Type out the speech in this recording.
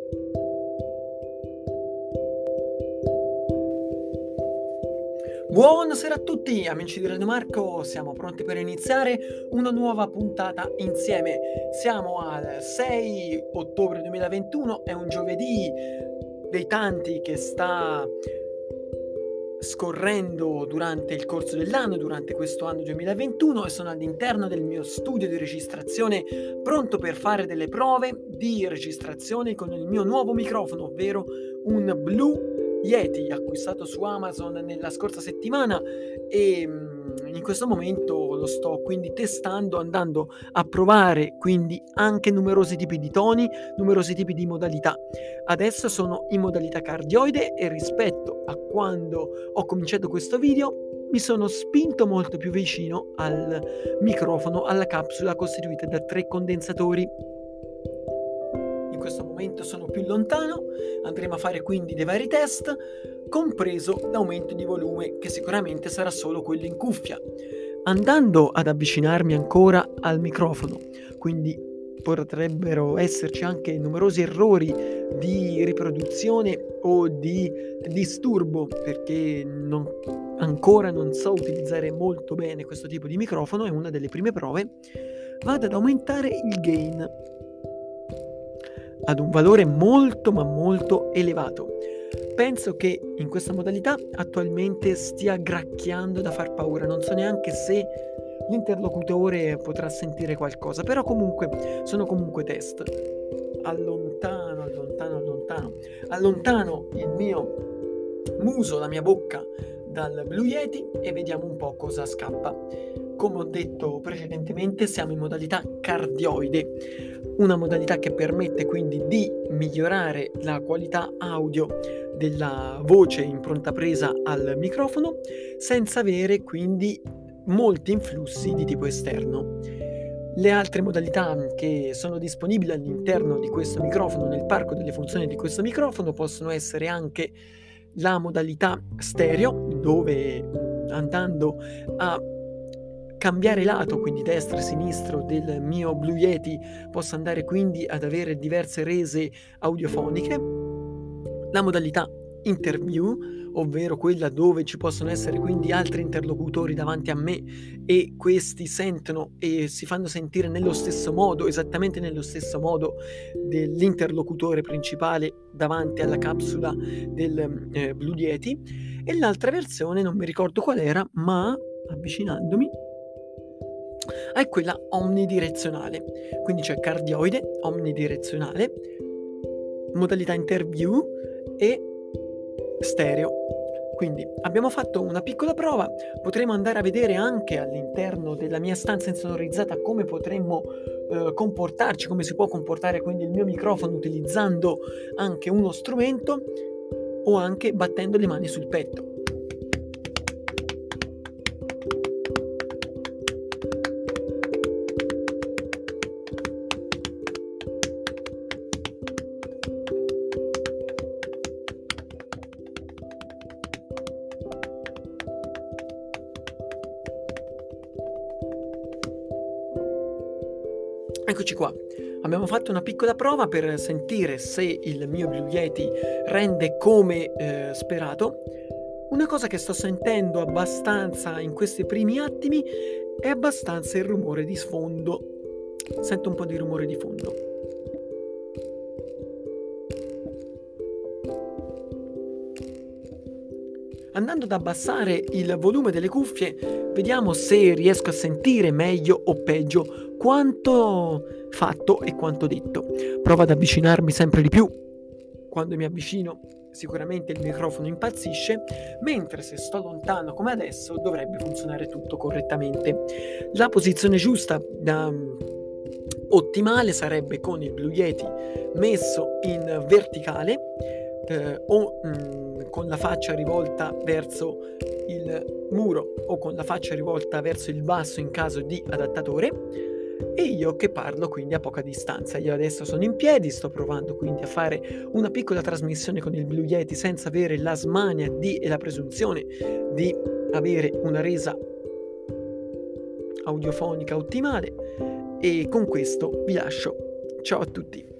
Buonasera a tutti amici di Radio Marco, siamo pronti per iniziare una nuova puntata insieme. Siamo al 6 ottobre 2021, è un giovedì dei tanti che sta scorrendo durante il corso dell'anno, durante questo anno 2021, e sono all'interno del mio studio di registrazione pronto per fare delle prove di registrazione con il mio nuovo microfono, ovvero un Blue Yeti acquistato su Amazon nella scorsa settimana e in questo momento lo sto quindi testando, andando a provare quindi anche numerosi tipi di toni, numerosi tipi di modalità. Adesso sono in modalità cardioide e rispetto a quando ho cominciato questo video mi sono spinto molto più vicino al microfono, alla capsula costituita da 3 condensatori. In questo momento sono più lontano, andremo a fare quindi dei vari test, compreso l'aumento di volume che sicuramente sarà solo quello in cuffia. Andando ad avvicinarmi ancora al microfono, quindi potrebbero esserci anche numerosi errori di riproduzione o di disturbo perché ancora non so utilizzare molto bene questo tipo di microfono. È una delle prime prove. Vado ad aumentare il gain ad un valore molto ma molto elevato. Penso che in questa modalità attualmente stia gracchiando da far paura, non so neanche se l'interlocutore potrà sentire qualcosa, però comunque sono comunque test. Allontano il mio muso, la mia bocca dal Blue Yeti e vediamo un po' cosa scappa. Come ho detto precedentemente, siamo in modalità cardioide, una modalità che permette quindi di migliorare la qualità audio della voce in pronta presa al microfono senza avere quindi molti influssi di tipo esterno. Le altre modalità che sono disponibili all'interno di questo microfono, nel parco delle funzioni di questo microfono, possono essere anche la modalità stereo, dove andando a cambiare lato, quindi destra e sinistro del mio Blue Yeti, posso andare quindi ad avere diverse rese audiofoniche. La modalità interview, ovvero quella dove ci possono essere quindi altri interlocutori davanti a me e questi sentono e si fanno sentire nello stesso modo, esattamente nello stesso modo dell'interlocutore principale davanti alla capsula del Blue Yeti. E l'altra versione non mi ricordo qual era, ma avvicinandomi è quella omnidirezionale, quindi c'è cardioide, omnidirezionale, modalità interview e stereo. Quindi abbiamo fatto una piccola prova, potremo andare a vedere anche all'interno della mia stanza insonorizzata come potremmo comportarci, come si può comportare quindi il mio microfono utilizzando anche uno strumento o anche battendo le mani sul petto. Eccoci qua, abbiamo fatto una piccola prova per sentire se il mio Blue Yeti rende come sperato. Una cosa che sto sentendo abbastanza in questi primi attimi è abbastanza il rumore di sfondo. Sento un po' di rumore di fondo. Andando ad abbassare il volume delle cuffie, vediamo se riesco a sentire meglio o peggio quanto fatto e quanto detto. Provo ad avvicinarmi sempre di più. Quando mi avvicino sicuramente il microfono impazzisce, mentre se sto lontano come adesso dovrebbe funzionare tutto correttamente. La posizione giusta da ottimale sarebbe con il Blue Yeti messo in verticale o con la faccia rivolta verso il muro o con la faccia rivolta verso il basso in caso di adattatore, e io che parlo quindi a poca distanza. Io adesso sono in piedi, sto provando quindi a fare una piccola trasmissione con il Blue Yeti senza avere la smania e la presunzione di avere una resa audiofonica ottimale, e con questo vi lascio. Ciao a tutti.